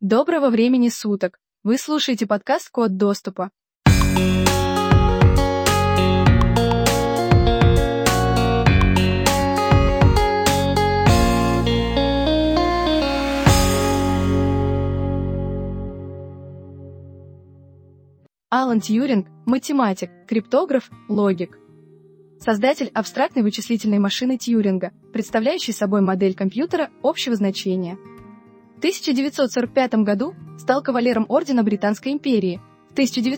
Доброго времени суток! Вы слушаете подкаст «Код доступа». Алан Тьюринг – математик, криптограф, логик. Создатель абстрактной вычислительной машины Тьюринга, представляющей собой модель компьютера общего значения. В 1945 году стал кавалером Ордена Британской империи. В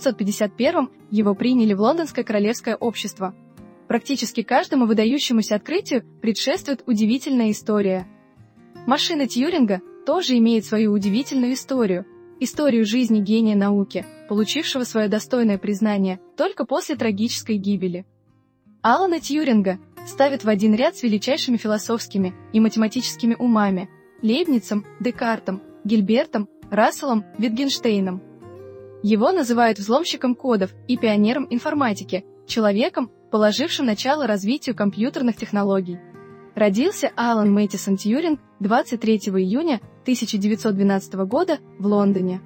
1951 его приняли в Лондонское королевское общество. Практически каждому выдающемуся открытию предшествует удивительная история. Машина Тьюринга тоже имеет свою удивительную историю. Историю жизни гения науки, получившего свое достойное признание только после трагической гибели. Алана Тьюринга ставят в один ряд с величайшими философскими и математическими умами – Лейбницем, Декартом, Гильбертом, Расселом, Витгенштейном. Его называют взломщиком кодов и пионером информатики, человеком, положившим начало развитию компьютерных технологий. Родился Алан Мэттисон Тьюринг 23 июня 1912 года в Лондоне.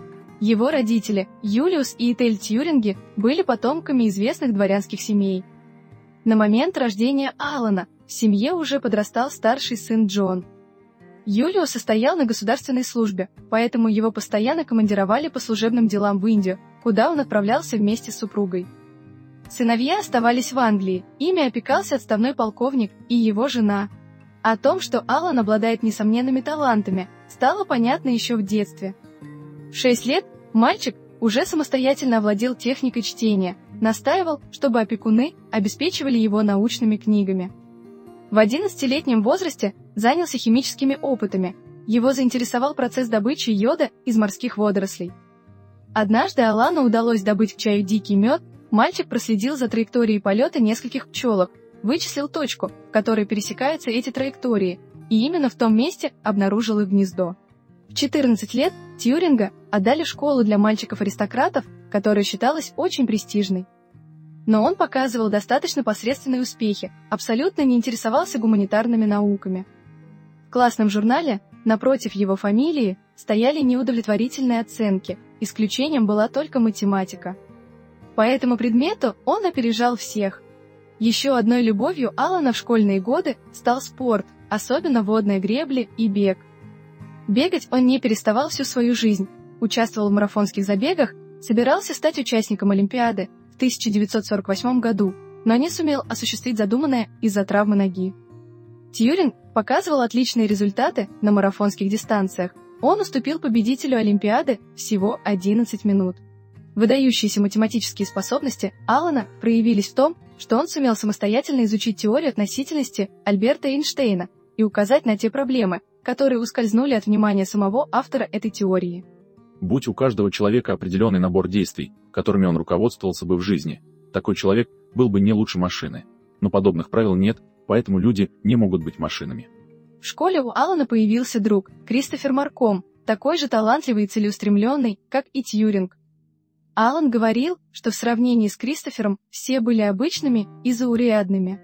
Его родители, Юлиус и Этель Тьюринги, были потомками известных дворянских семей. На момент рождения Алана в семье уже подрастал старший сын Джон. Юлиус состоял на государственной службе, поэтому его постоянно командировали по служебным делам в Индию, куда он отправлялся вместе с супругой. Сыновья оставались в Англии, ими опекался отставной полковник и его жена. О том, что Алан обладает несомненными талантами, стало понятно еще в детстве. В 6 лет мальчик уже самостоятельно овладел техникой чтения, настаивал, чтобы опекуны обеспечивали его научными книгами. В 11-летнем возрасте занялся химическими опытами, его заинтересовал процесс добычи йода из морских водорослей. Однажды Алану удалось добыть к чаю дикий мед, мальчик проследил за траекторией полета нескольких пчелок, вычислил точку, в которой пересекаются эти траектории, и именно в том месте обнаружил их гнездо. В 14 лет Тьюринга отдали в школу для мальчиков-аристократов, которая считалась очень престижной. Но он показывал достаточно посредственные успехи, абсолютно не интересовался гуманитарными науками. В классном журнале, напротив его фамилии, стояли неудовлетворительные оценки, исключением была только математика. По этому предмету он опережал всех. Еще одной любовью Алана в школьные годы стал спорт, особенно водные гребли и бег. Бегать он не переставал всю свою жизнь, участвовал в марафонских забегах, собирался стать участником Олимпиады в 1948 году, но не сумел осуществить задуманное из-за травмы ноги. Тьюринг показывал отличные результаты на марафонских дистанциях, он уступил победителю Олимпиады всего 11 минут. Выдающиеся математические способности Алана проявились в том, что он сумел самостоятельно изучить теорию относительности Альберта Эйнштейна и указать на те проблемы, которые ускользнули от внимания самого автора этой теории. Будь у каждого человека определенный набор действий, которыми он руководствовался бы в жизни, такой человек был бы не лучше машины. Но подобных правил нет, поэтому люди не могут быть машинами. В школе у Алана появился друг, Кристофер Марком, такой же талантливый и целеустремленный, как и Тьюринг. Алан говорил, что в сравнении с Кристофером все были обычными и заурядными.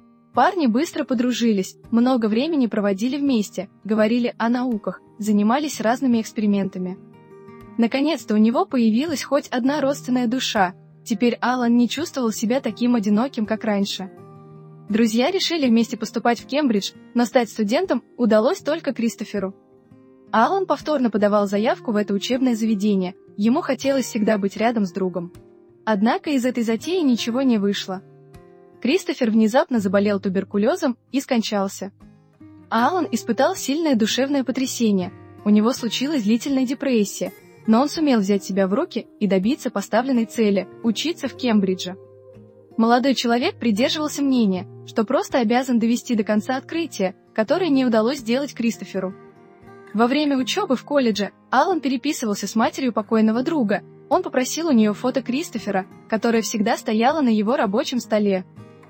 Парни быстро подружились, много времени проводили вместе, говорили о науках, занимались разными экспериментами. Наконец-то у него появилась хоть одна родственная душа, теперь Алан не чувствовал себя таким одиноким, как раньше. Друзья решили вместе поступать в Кембридж, но стать студентом удалось только Кристоферу. Алан повторно подавал заявку в это учебное заведение, ему хотелось всегда быть рядом с другом. Однако из этой затеи ничего не вышло. Кристофер внезапно заболел туберкулезом и скончался. Алан испытал сильное душевное потрясение, у него случилась длительная депрессия, но он сумел взять себя в руки и добиться поставленной цели – учиться в Кембридже. Молодой человек придерживался мнения, что просто обязан довести до конца открытие, которое не удалось сделать Кристоферу. Во время учебы в колледже Алан переписывался с матерью покойного друга, он попросил у нее фото Кристофера, которое всегда стояло на его рабочем столе.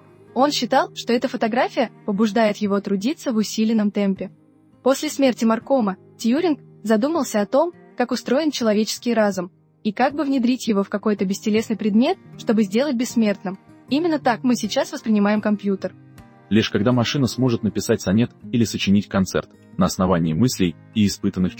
Он считал, что эта фотография побуждает его трудиться в усиленном темпе. После смерти Маркома Тьюринг задумался о том, как устроен человеческий разум, и как бы внедрить его в какой-то бестелесный предмет, чтобы сделать бессмертным. Именно так мы сейчас воспринимаем компьютер. Лишь когда машина сможет написать сонет или сочинить концерт на основании мыслей и испытанных чувств.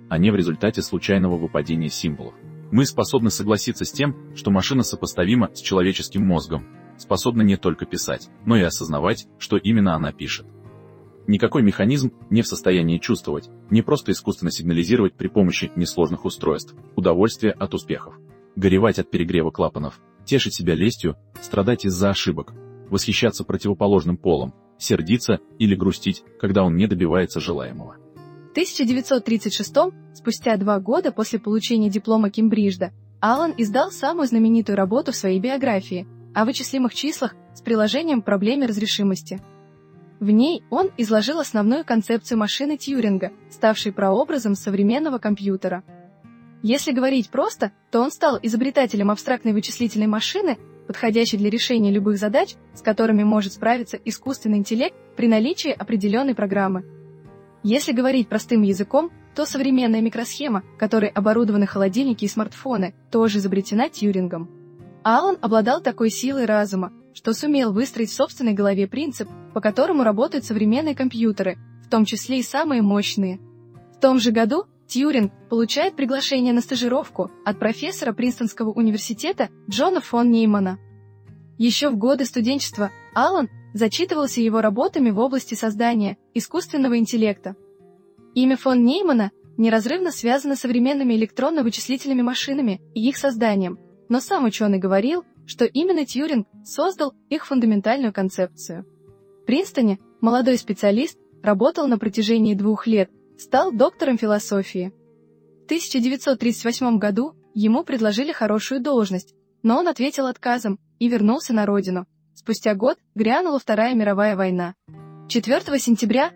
а не в результате случайного выпадения символов. Мы способны согласиться с тем, что машина сопоставима с человеческим мозгом, способна не только писать, но и осознавать, что именно она пишет. Никакой механизм не в состоянии чувствовать, не просто искусственно сигнализировать при помощи несложных устройств, удовольствие от успехов, горевать от перегрева клапанов, тешить себя лестью, страдать из-за ошибок, восхищаться противоположным полом, сердиться или грустить, когда он не добивается желаемого. В 1936, спустя 2 года после получения диплома Кембриджа, Аллен издал самую знаменитую работу в своей биографии о вычислимых числах с приложением к проблеме разрешимости. В ней он изложил основную концепцию машины Тьюринга, ставшей прообразом современного компьютера. Если говорить просто, то он стал изобретателем абстрактной вычислительной машины, подходящей для решения любых задач, с которыми может справиться искусственный интеллект при наличии определенной программы. Если говорить простым языком, то современная микросхема, которой оборудованы холодильники и смартфоны, тоже изобретена Тьюрингом. Аллен обладал такой силой разума, что сумел выстроить в собственной голове принцип, по которому работают современные компьютеры, в том числе и самые мощные. В том же году Тьюринг получает приглашение на стажировку от профессора Принстонского университета Джона фон Неймана. Еще в годы студенчества Аллен зачитывался его работами в области создания искусственного интеллекта. Имя фон Неймана неразрывно связано с современными электронно-вычислительными машинами и их созданием, но сам ученый говорил, что именно Тьюринг создал их фундаментальную концепцию. В Принстоне молодой специалист работал на протяжении 2 лет, стал доктором философии. В 1938 году ему предложили хорошую должность, но он ответил отказом и вернулся на родину. Спустя год грянула Вторая мировая война. 4 сентября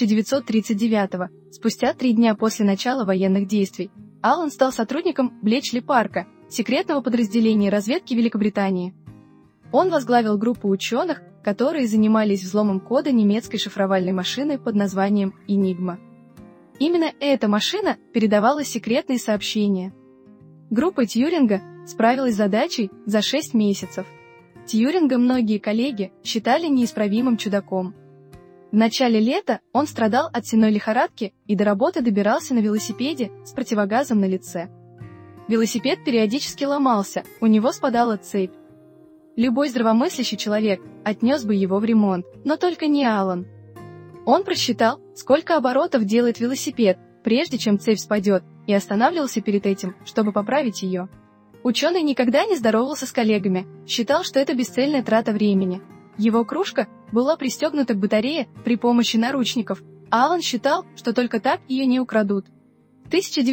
1939, спустя 3 дня после начала военных действий, Аллен стал сотрудником Блечли-Парка, секретного подразделения разведки Великобритании. Он возглавил группу ученых, которые занимались взломом кода немецкой шифровальной машины под названием «Энигма». Именно эта машина передавала секретные сообщения. Группа Тьюринга справилась с задачей за 6 месяцев. Тьюринга многие коллеги считали неисправимым чудаком. В начале лета он страдал от сенной лихорадки и до работы добирался на велосипеде с противогазом на лице. Велосипед периодически ломался, у него спадала цепь. Любой здравомыслящий человек отнес бы его в ремонт, но только не Аллен. Он просчитал, сколько оборотов делает велосипед, прежде чем цепь спадет, и останавливался перед этим, чтобы поправить ее. Ученый никогда не здоровался с коллегами, считал, что это бесцельная трата времени. Его кружка была пристегнута к батарее при помощи наручников, а Аллен считал, что только так ее не украдут. В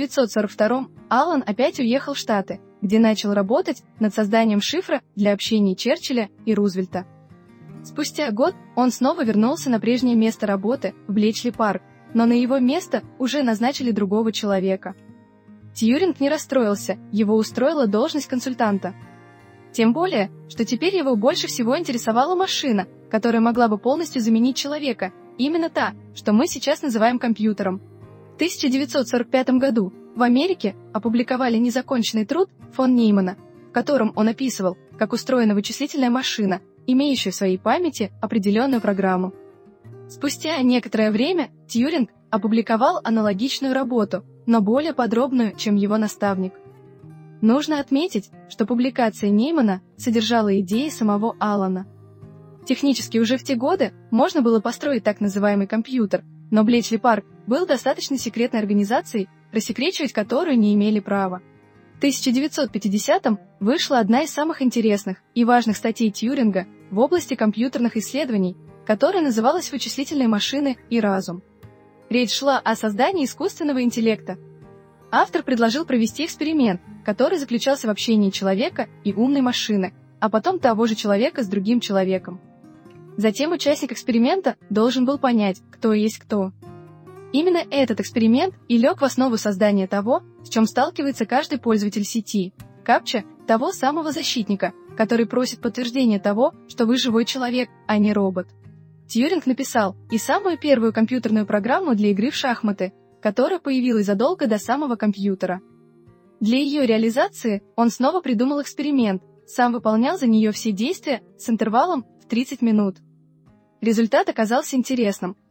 1942 Аллен опять уехал в Штаты, где начал работать над созданием шифра для общения Черчилля и Рузвельта. Спустя год он снова вернулся на прежнее место работы в Блечли-Парк, но на его место уже назначили другого человека. Тьюринг не расстроился, его устроила должность консультанта. Тем более, что теперь его больше всего интересовала машина, которая могла бы полностью заменить человека, именно та, что мы сейчас называем компьютером. В 1945 году в Америке опубликовали незаконченный труд фон Неймана, в котором он описывал, как устроена вычислительная машина, имеющая в своей памяти определенную программу. Спустя некоторое время Тьюринг опубликовал аналогичную работу, но более подробную, чем его наставник. Нужно отметить, что публикация Неймана содержала идеи самого Аллена. Технически уже в те годы можно было построить так называемый компьютер, но Блечли-Парк был достаточно секретной организацией, рассекречивать которую не имели права. В 1950-м вышла одна из самых интересных и важных статей Тьюринга в области компьютерных исследований, которая называлась «Вычислительные машины и разум». Речь шла о создании искусственного интеллекта. Автор предложил провести эксперимент, который заключался в общении человека и умной машины, а потом того же человека с другим человеком. Затем участник эксперимента должен был понять, кто есть кто. Именно этот эксперимент и лег в основу создания того, с чем сталкивается каждый пользователь сети – капча того самого защитника, который просит подтверждения того, что вы живой человек, а не робот. Тьюринг написал и самую первую компьютерную программу для игры в шахматы, которая появилась задолго до самого компьютера. Для ее реализации он снова придумал эксперимент, сам выполнял за нее все действия с интервалом в 30 минут. Результат оказался интересным,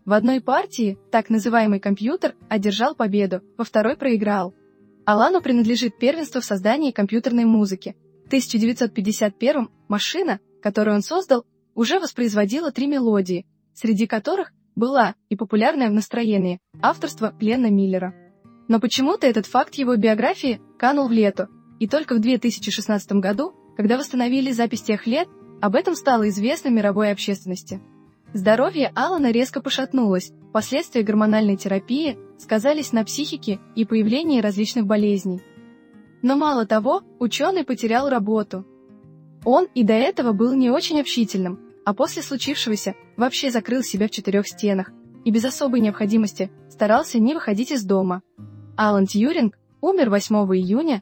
В одной партии так называемый компьютер одержал победу, во второй проиграл. Алану принадлежит первенство в создании компьютерной музыки. В 1951 машина, которую он создал, уже воспроизводила 3 мелодии, среди которых была и популярная в настроении авторство Гленна Миллера. Но почему-то этот факт его биографии канул в лету, и только в 2016 году, когда восстановили запись тех лет, об этом стало известно мировой общественности. Здоровье Алана резко пошатнулось, последствия гормональной терапии сказались на психике и появлении различных болезней. Но мало того, ученый потерял работу. Он и до этого был не очень общительным, а после случившегося вообще закрыл себя в 4 стенах и без особой необходимости старался не выходить из дома. Алан Тьюринг умер 8 июня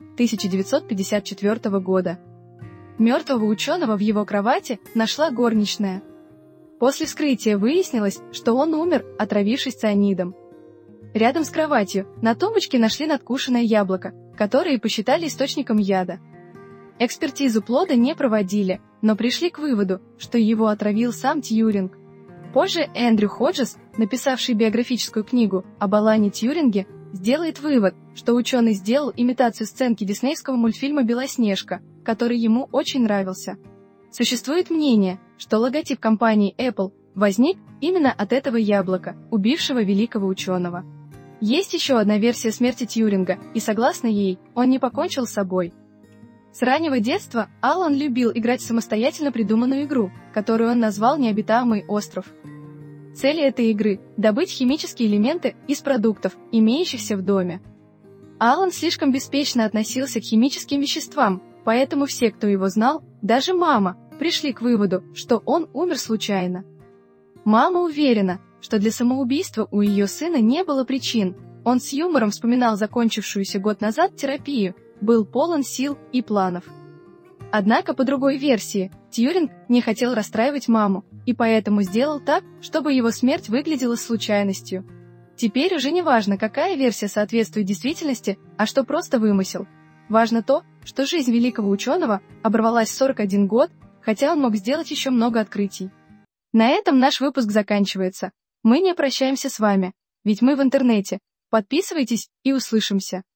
1954 года. Мертвого ученого в его кровати нашла горничная. После вскрытия выяснилось, что он умер, отравившись цианидом. Рядом с кроватью на тумбочке нашли надкушенное яблоко, которое посчитали источником яда. Экспертизу плода не проводили, но пришли к выводу, что его отравил сам Тьюринг. Позже Эндрю Ходжес, написавший биографическую книгу об Алане Тьюринге, сделает вывод, что ученый сделал имитацию сценки диснеевского мультфильма «Белоснежка», который ему очень нравился. Существует мнение, что логотип компании Apple возник именно от этого яблока, убившего великого ученого. Есть еще одна версия смерти Тьюринга, и согласно ей, он не покончил с собой. С раннего детства Алан любил играть в самостоятельно придуманную игру, которую он назвал «Необитаемый остров». Цель этой игры – добыть химические элементы из продуктов, имеющихся в доме. Алан слишком беспечно относился к химическим веществам, поэтому все, кто его знал, даже мама, пришли к выводу, что он умер случайно. Мама уверена, что для самоубийства у ее сына не было причин. Он с юмором вспоминал закончившуюся год назад терапию, был полон сил и планов. Однако, по другой версии, Тьюринг не хотел расстраивать маму, и поэтому сделал так, чтобы его смерть выглядела случайностью. Теперь уже не важно, какая версия соответствует действительности, а что просто вымысел. Важно то, что жизнь великого ученого оборвалась в 41 год, хотя он мог сделать еще много открытий. На этом наш выпуск заканчивается. Мы не прощаемся с вами, ведь мы в интернете. Подписывайтесь и услышимся.